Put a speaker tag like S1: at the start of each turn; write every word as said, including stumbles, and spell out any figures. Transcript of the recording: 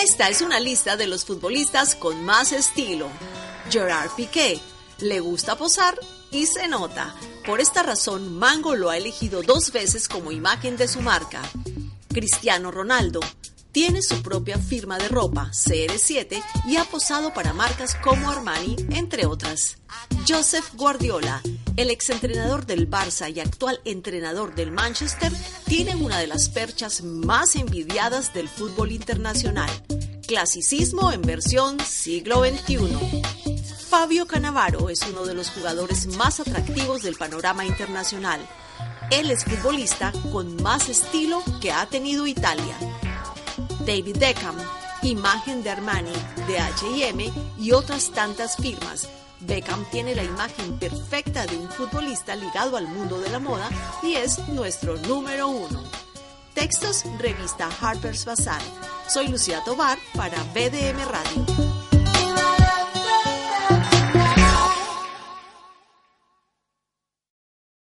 S1: Esta es una lista de los futbolistas con más estilo. Gerard Piqué. Le gusta posar y se nota. Por esta razón, Mango lo ha elegido dos veces como imagen de su marca. Cristiano Ronaldo. Tiene su propia firma de ropa, C R siete, y ha posado para marcas como Armani, entre otras. Josep Guardiola, el exentrenador del Barça y actual entrenador del Manchester, tiene una de las perchas más envidiadas del fútbol internacional. Clasicismo en versión siglo veintiuno. Fabio Cannavaro es uno de los jugadores más atractivos del panorama internacional. Él es futbolista con más estilo que ha tenido Italia. David Beckham, imagen de Armani, de H y M y otras tantas firmas. Beckham tiene la imagen perfecta de un futbolista ligado al mundo de la moda y es nuestro número uno. Textos, revista Harper's Bazaar. Soy Lucía Tovar para B D M Radio.